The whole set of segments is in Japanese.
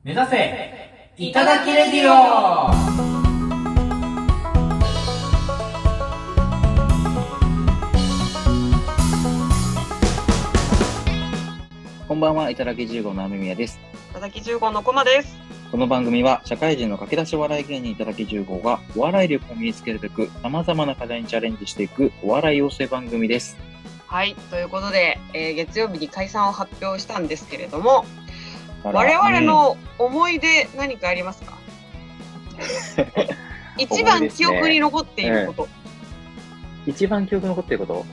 目指せいただきレディオ。 こんばんは、いただき15の雨宮です。 いただき15のコマです。 この番組は社会人の駆け出しお笑い芸人いただき15がお笑い力を身につけるべく様々な課題にチャレンジしていくお笑い養成番組です。 はい、ということで、月曜日に解散を発表したんですけれども、我々の思い出何かありますか？一番記憶に残っていること。 一番記憶に残っていること？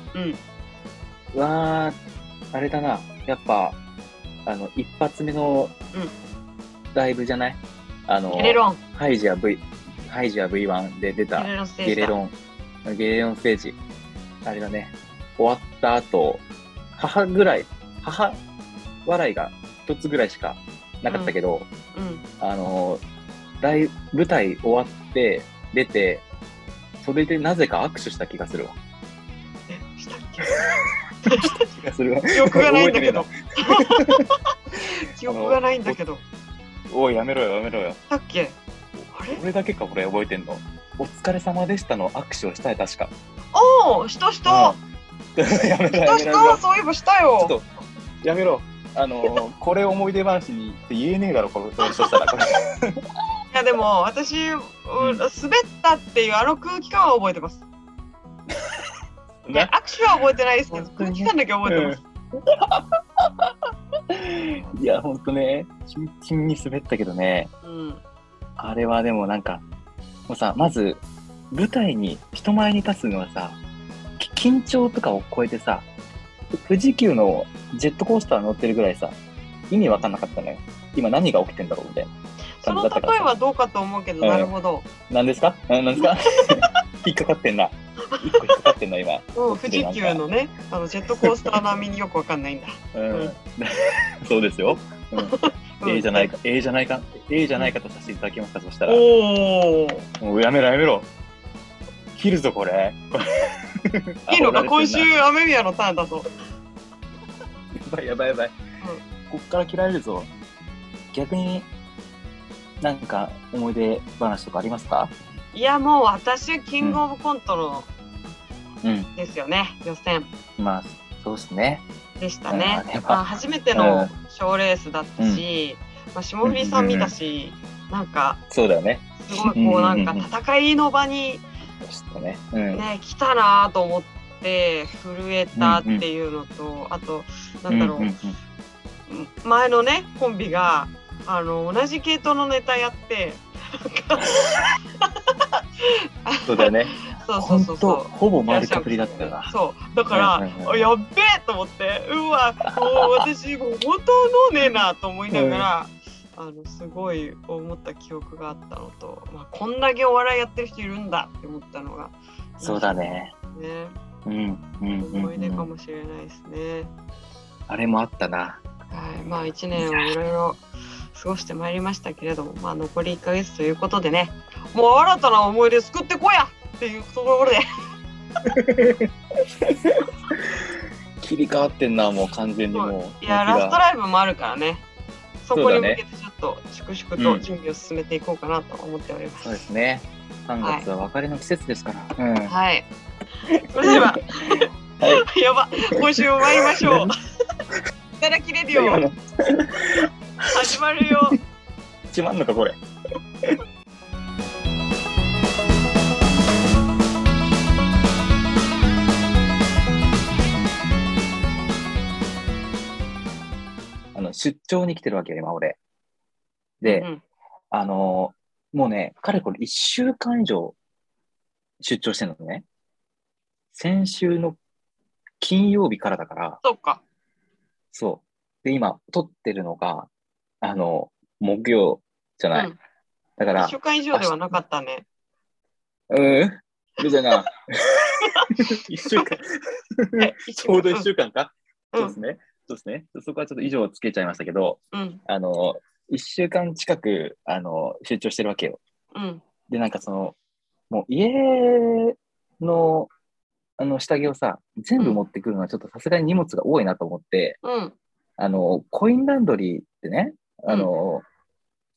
あれだな。やっぱ一発目のライブじゃない？ ゲレロン。 ハイジア V1 で出たゲレロンステージ。あれだね。終わった後、母笑いが一つぐらいしかなかったけど、舞台終わって出て、それでなぜか握手した気がするわ。 したっけ？ した気がするわ。 記憶がないんだけど。記憶がないんだけど。 おい、やめろよ。 だっけ？あれ？ 俺だけか、これ覚えてんの。お疲れ様でしたの握手をしたよ、確か。 おー、した。 やめろ。 そういえばしたよ。 ちょっと、やめろ。これ思い出話にって言えねえだろ、この人したら。これいや、でも、私、滑ったっていう空気感は覚えてます。握手は覚えてないですけど、空気感だけ覚えてます。 いや、ほんとね、キンキンに滑ったけどね。あれはでもなんか、もうさ、まず、舞台に、人前に立つのはさ、緊張とかを超えてさ、富士急のジェットコースター乗ってるぐらいさ、意味わかんなかったのよ。今何が起きてんだろうみたいな。 その例えはどうかと思うけど、なるほど。 何ですか引っかかってんな。一個引っかかってんな、今。 富士急のね、ジェットコースター並みによくわかんないんだ。 そうですよ。じゃないかとさせていただきますか、そしたら。もうやめろ。切るぞ、これ。 いいのか、今週、雨宮のターンだぞ。 やばい。こっから切られるぞ。逆に、なんか思い出話とかありますか？ いや、もう私はキングオブコントの、ですよね、予選。 まあ、そうですね。 でしたね。初めての賞レースだったし、霜降りさん見たし、なんか、 そうだよね。 すごいこうなんか戦いの場に、来たなと思って震えたっていうのと、あとなんだろう、前のねコンビが同じ系統のネタやってそうだよね。 そうほぼ丸かぶりだったな。 そうだから、やっべえと思って、もう私もう本当のねえなと思いながら、すごい思った記憶があったのと、こんだけお笑いやってる人いるんだって思ったのが、 そうだね。 思い出かもしれないですね。 あれもあったな。 はい、1年をいろいろ過ごしてまいりましたけれども、残り1ヶ月ということでね、もう新たな思い出作ってこやっていうところで切り替わってんな、もう完全にもう。 いや、ラストライブもあるからね。そこに向けてちょっと粛々と準備を進めていこうかなと思っております。 そうですね。3月は別れの季節ですから。 はい。それでは、やば、今週も参りましょう。いただきレディオ始まるよ。 決まんのかこれ。出張に来てるわけよ、今俺。で、もうね、かれこれ1週間以上出張してるのね。先週の金曜日からだから。 そうか。 そう。で、今、撮ってるのが、木曜じゃない。だから。 1週間以上ではなかったね。 じゃな。1週間。ちょうど1週間か。そうですね。そこはちょっと以上つけちゃいましたけど、1週間近く、出張してるわけよ。で、なんかもう家の、下着をさ、全部持ってくるのはちょっとさすがに荷物が多いなと思って、コインランドリーってね、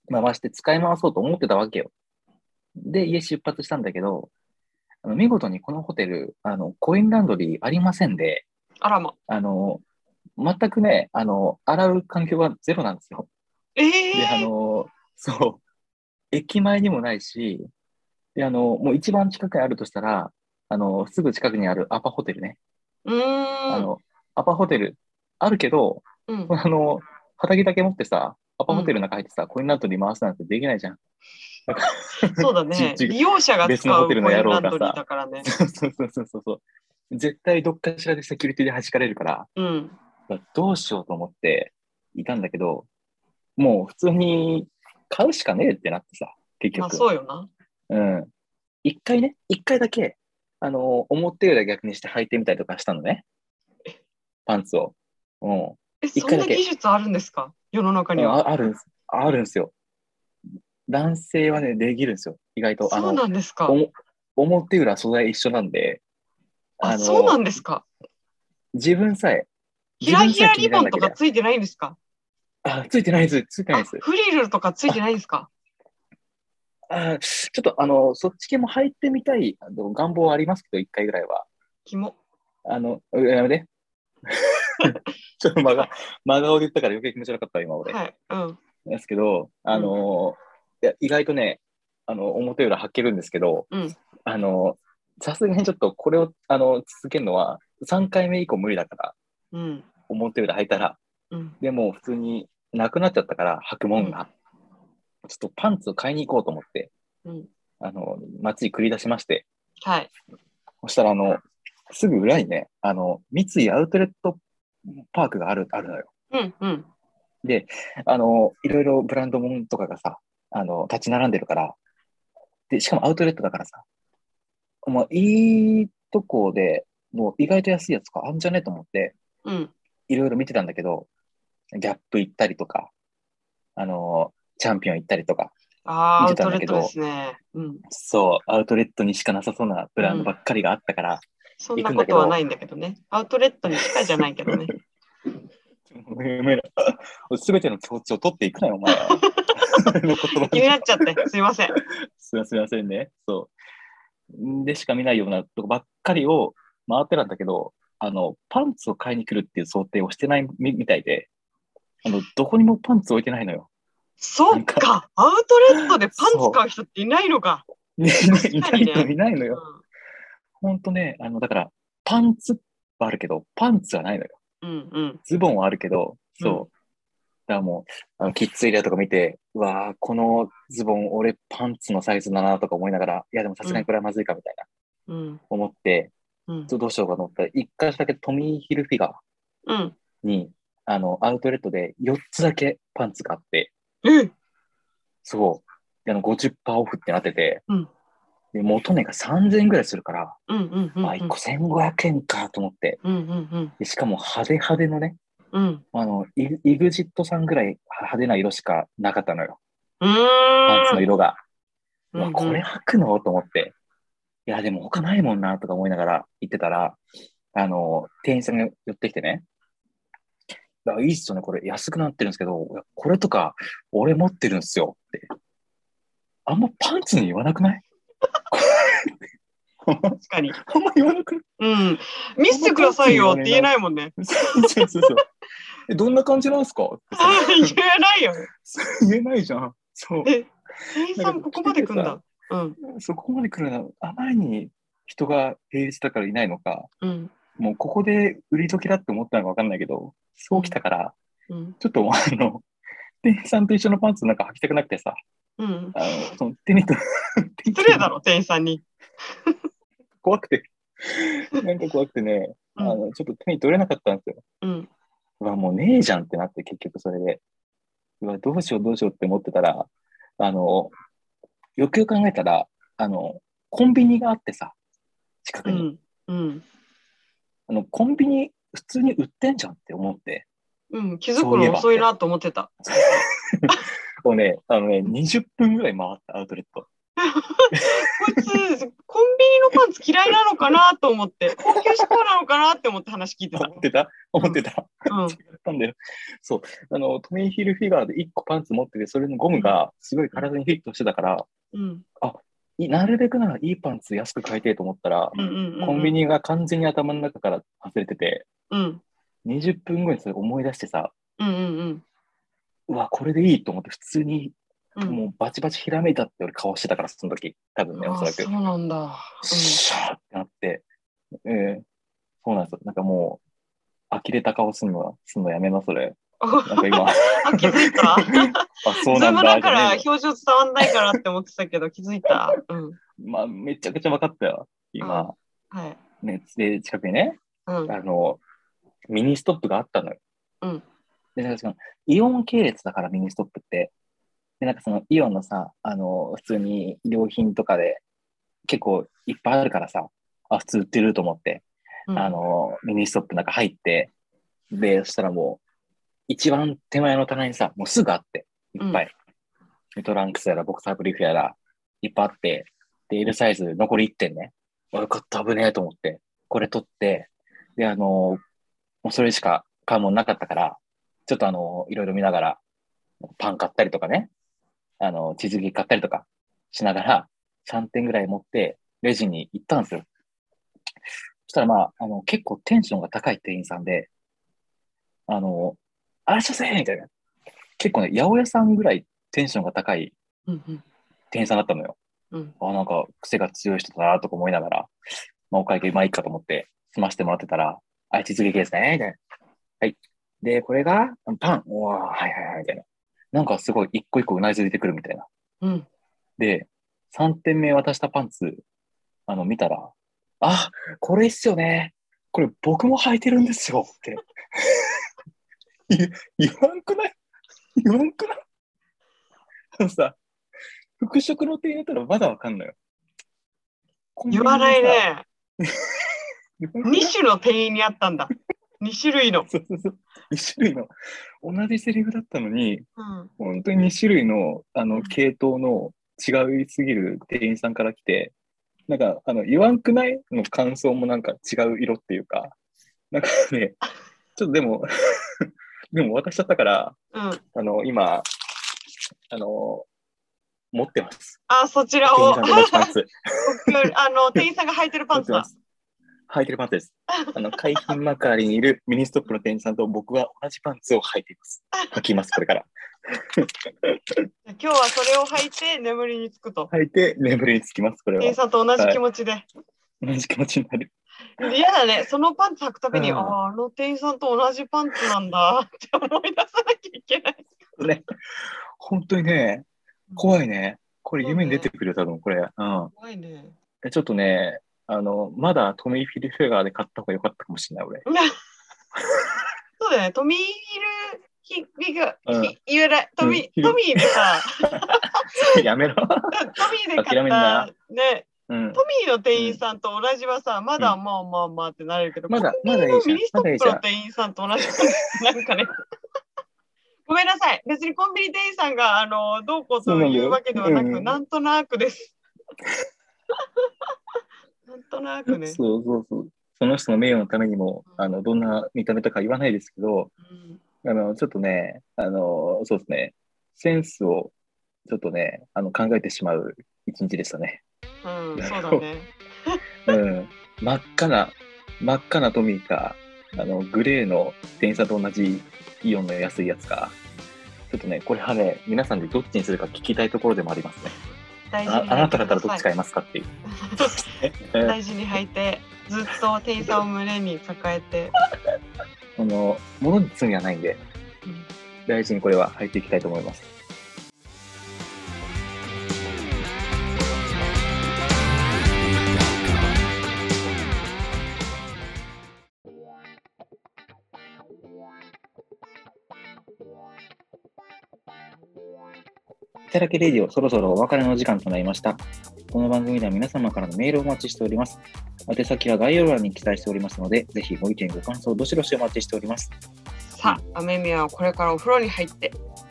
回して使い回そうと思ってたわけよ。で、家出発したんだけど、見事にこのホテル、コインランドリーありませんで、 あらま。 全くね、洗う環境がゼロなんですよ。で、そう、駅前にもないし、で、もう一番近くにあるとしたら、すぐ近くにあるアパホテルね。アパホテルあるけど、畑だけ持ってさ、アパホテルの中入ってさ、コインランドリー回すなんてできないじゃん。 そうだね。利用者が使うコインランドリーだからね。 そう。絶対どっかしらでセキュリティで弾かれるから、どうしようと思っていたんだけど、もう普通に買うしかねえってなってさ、結局。 まあそうよな。 一回だけ、思ったより逆にして履いてみたりとかしたのね。パンツを。 そんな技術あるんですか、世の中には。 あるんですよ。男性はね、できるんですよ。意外と。 そうなんですか。 表裏素材一緒なんで。 そうなんですか。 自分さえ。 ヒラヒラリボンとかついてないんですか？ ついてないです。 フリルとかついてないんですか？ ちょっとそっち系も入ってみたい願望はありますけど、一回ぐらいは。 キモ。 やめて。ちょっと真顔で言ったから余計気持ち悪かった、今俺。 はい。 ですけど、いや意外とね、表裏履けるんですけど、さすがにちょっとこれを続けるのは3回目以降無理だから、表裏履いたら、でも普通になくなっちゃったから履くもんが、ちょっとパンツを買いに行こうと思って、街に繰り出しまして、 はい。 そしたらすぐ裏にね、三井アウトレットパークがあるのよ。で、いろいろブランド物とかがさ、立ち並んでるから、で、しかもアウトレットだからさ、もういいとこで、もう意外と安いやつとかあんじゃねと思って、いろいろ見てたんだけど、ギャップ行ったりとか、チャンピオン行ったりとか、見てたんだけど、そう、アウトレットにしかなさそうなブランドばっかりがあったから、 そんなことはないんだけどね。アウトレットにしかじゃないけどね。 すべての気持ちを取っていくなよ、お前。 気になっちゃって、すいません。 すいませんね。そう。でしか見ないようなとこばっかりを回ってたんだけど、パンツを買いに来るっていう想定をしてないみたいで、どこにもパンツ置いてないのよ。 そうか、アウトレットでパンツ買う人っていないのか。 いないのよ。ほんとね、だから、パンツはあるけど、パンツはないのよ。ズボンはあるけど、そう。だからもう、キッズエリアとか見て、うわー、このズボン、俺パンツのサイズだなとか思いながら、いやでもさすがにこれはまずいかみたいな、思って、どうしようかと思ったら、一箇所だけトミーヒルフィガーに、アウトレットで4つだけパンツがあって、そう。で50%オフってなってて、で元値が3000円ぐらいするから、1個1500円かと思って、でしかも派手のね、イグジットさんぐらい派手な色しかなかったのよ。パンツの色が。これ履くのと思って。いや、でも他ないもんなとか思いながら言ってたら、店員さんが寄ってきてね、いいっすよね、これ安くなってるんですけど、これとか俺持ってるんですよって。あんまパンツに言わなくない？ 確かに。 あんま言わなくない？ 見せてくださいよって言えないもんね。 そう。どんな感じなんですか？ 言えないよ。 言えないじゃん。そう。 店員さんここまで来るんだ。 そこまで来るのあまりに人が平日だからいないのか、もうここで売り時だって思ったのか分かんないけど、そう来たから、ちょっと店員さんと一緒のパンツなんか履きたくなくてさ、その手に失礼だろ、店員さんに。 怖くてね、ちょっと手に取れなかったんですよ。うわ、もうねえじゃんってなって、結局それで。うわ、どうしようって思ってたら、よくよく考えたら、コンビニがあってさ、近くに。コンビニ、普通に売ってんじゃんって思って。 気づくの遅いなと思ってた。 もうね、20分ぐらい回ったアウトレット。 こいつコンビニのパンツ嫌いなのかなと思って高級志向なのかなって思って話聞いてた。 思ってた、違ったんだよ。そうトミーヒルフィガーで1個パンツ持ってて、それのゴムがすごい体にフィットしてたから、なるべくならいいパンツ安く買いたいと思ったら、コンビニが完全に頭の中から外れてて、20分後にそれ思い出してさ、うわこれでいいと思って普通にもうバチバチひらめいたって俺顔してたから、その時多分ね、おそらく。 そうなんだ。 シャーってなって、そうなんですよ。なんかもう呆れた顔すんのやめな、それ。なんか今気づいた？ そうなんだ。ズームだから表情伝わんないからって思ってたけど気づいた。 まあめちゃくちゃ分かったよ今。ね、で近くにね、ミニストップがあったのよ。でなんかイオン系列だからミニストップって。でなんかそのイオンのさ、普通に良品とかで結構いっぱいあるからさ、普通売ってると思って、ミニストップなんか入って、で、そしたらもう、一番手前の棚にさ、もうすぐあって、いっぱい。トランクスやら、ボクサーブリーフやら、いっぱいあって、で、L サイズ残り1点ね。よかった、危ねえと思って、これ取って、で、もうそれしか買うもんなかったから、ちょっといろいろ見ながら、パン買ったりとかね、チーズケーキ買ったりとかしながら、3点ぐらい持って、レジに行ったんですよ。そしたらまあ、結構テンションが高い店員さんで、あらっしゃせーみたいな。結構ね、八百屋さんぐらいテンションが高い店員さんだったのよ。なんか癖が強い人だなとか思いながら、お会計まあいいかと思って済ませてもらってたら、チーズケーキですねみたいな。はい。で、これがパン。おー、はいはいはいみたいな。なんかすごい一個一個うなずいてくるみたいな。で、3点目渡したパンツ、見たら、これっすよね。これ僕も履いてるんですよって。言わんくないさ、服飾の店員だったらまだわかんないよ。 言わないね。2種の店員にあったんだ。2種類の。 そう2種類の。同じセリフだったのに、本当に2種類の、系統の違いすぎる店員さんから来て、なんか、言わんくないの感想もなんか違う色っていうか、なんかね、ちょっとでも渡しちゃったから、今、持ってます。 そちらを。 店員さんと同じパンツ。 店員さんが履いてるパンツだ。 履いてるパンツです。海浜幕張にいるミニストップの店員さんと僕は同じパンツを履いています。履きます、これから。 今日はそれを履いて眠りにつくと。 履いて眠りにつきます、これは。 店員さんと同じ気持ちで。 同じ気持ちになる。 嫌だね、そのパンツ履くたびに、店員さんと同じパンツなんだって思い出さなきゃいけない。 ね、本当にね、怖いね。これ夢に出てくるよ、多分これ。 怖いね。 ちょっとね、まだトミー・フィルフェガーで買った方が良かったかもしれない、俺。 そうだよね、トミー・フィルフェガー、言えない、トミーでさ、 やめろ。 トミーで買ったね、トミーの店員さんと同じはさ、まだまあってなれるけど、 まだいいじゃん。 ミニストップの店員さんと同じなんかね。ごめんなさい。別にコンビニ店員さんがどうこうというわけではなく、なんとなくです。なんとなくね。 そう。その人の名誉のためにも、どんな見た目とか言わないですけど、ちょっとね、そうですね、センスをちょっとね、考えてしまう一日でしたね。 そうだね。 真っ赤なトミーか、グレーの店員さんと同じイオンの安いやつか、ちょっとね、これはね、皆さんでどっちにするか聞きたいところでもありますね。あなただったらどっち買いますかっていう。 大事に履いて、ずっと店員さんを胸に抱えて。 物に罪はないんで、大事にこれは履いていきたいと思います。いただけレディオ、そろそろお別れの時間となりました。この番組では皆様からのメールをお待ちしております。宛先は概要欄に記載しておりますので、ぜひご意見ご感想どしどしお待ちしております。 さあ、アメミはこれからお風呂に入って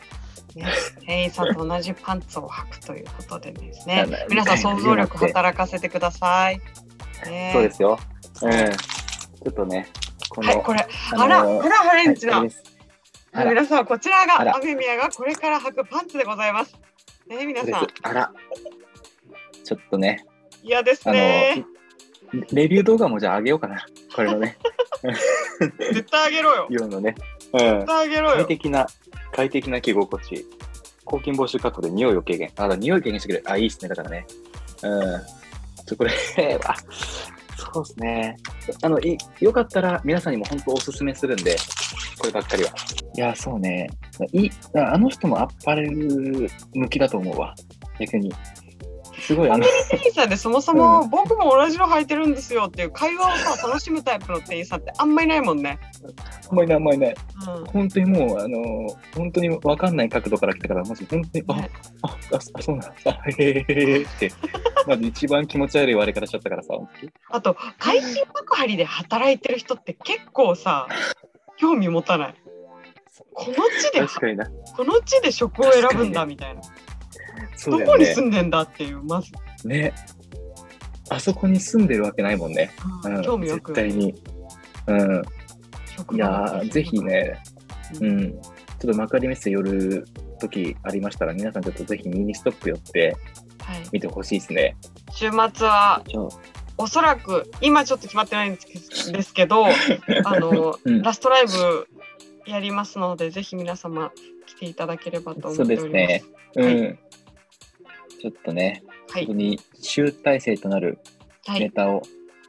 店員さんと同じパンツを履くということでですね、皆さん想像力働かせてください。 そうですよ。ちょっとね、 これ、ハレンチだ。皆さん、こちらが、アメミヤがこれから履くパンツでございます。ね、皆さん。 ちょっとね。 嫌ですね。 レビュー動画もじゃあ上げようかな。これのね。 絶対上げろよ。 用のね。 絶対上げろよ。 快適な着心地。抗菌防臭カットで匂いを軽減。匂い軽減してくれる。いいっすね。だからね。これそうですね。よかったら皆さんにも本当おすすめするんで、こればっかりは。いや、そうね。あの人もアパレル向きだと思うわ。逆に。すごいコンビニ店員さんでそもそも、僕も同じの履いてるんですよっていう会話をさ楽しむタイプの店員さんってあんまりいないもんね。 あんまりない。本当にもう本当に分かんない角度から来たからマジ本当にそうなんだってまず一番気持ち悪い割れ方しちゃったからさ。 あと海浜幕張で働いてる人って結構さ興味持たない。この地で職を選ぶんだみたいな。どこに住んでんだっていうまずね。あそこに住んでるわけないもんね。 興味よく絶対に。いやぜひね、ちょっと幕張メッセ寄る時ありましたら皆さんちょっとぜひミニストップ寄って見てほしいですね。 週末はおそらく今ちょっと決まってないんですけどラストライブやりますのでぜひ皆様来ていただければと思っております。 そうですね。ちょっとね、そこに集大成となるネタを、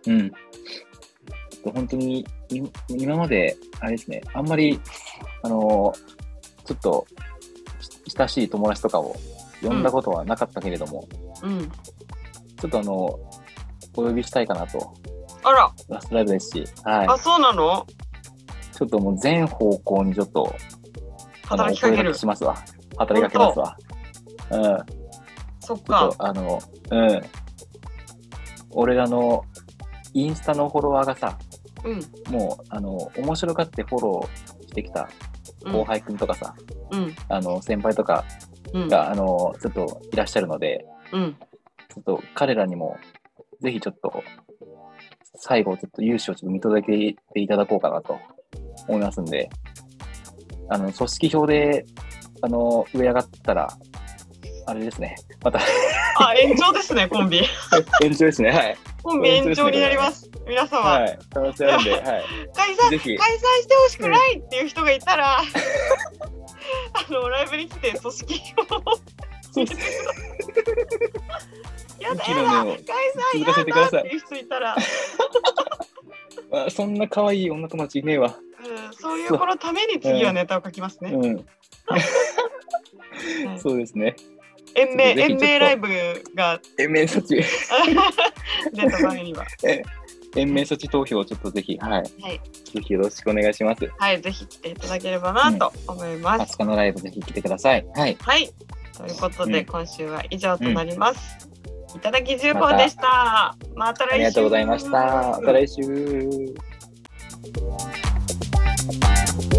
本当に今まであれですね、あんまりちょっと親しい友達とかを呼んだことはなかったけれども、ちょっとお呼びしたいかなと。 あら。 ラストライブですし、 そうなの？ ちょっともう全方向にちょっと働きかける。 しますわ。働きかけますわ。 そっか。 俺らのインスタのフォロワーがさ、もう面白がってフォローしてきた後輩くんとかさ、先輩とかが、ちょっといらっしゃるので、ちょっと彼らにもぜひちょっと最後ちょっと勇姿をちょっと見届けていただこうかなと思いますんで、組織票で上上がったらあれですね。また延長ですね、コンビ。 延長ですね。はい。 コンビ延長になります。皆様。 はい。可能性あるんで、はい。 開催してほしくないっていう人がいたら、ライブに来て組織票を。やだ。開催やだっていう人いたら。 そんな可愛い女友達いねえわ。 そういう子のために次はネタを書きますね。 そうですね。 延命ライブが延命措置出た場合には延命措置投票をちょっとぜひぜひよろしくお願いします。 はい、ぜひ来ていただければなと思います。 20日のライブぜひ来てください。はい、 ということで今週は以上となります。いただき重報でした。また来週。 ありがとうございました。また来週。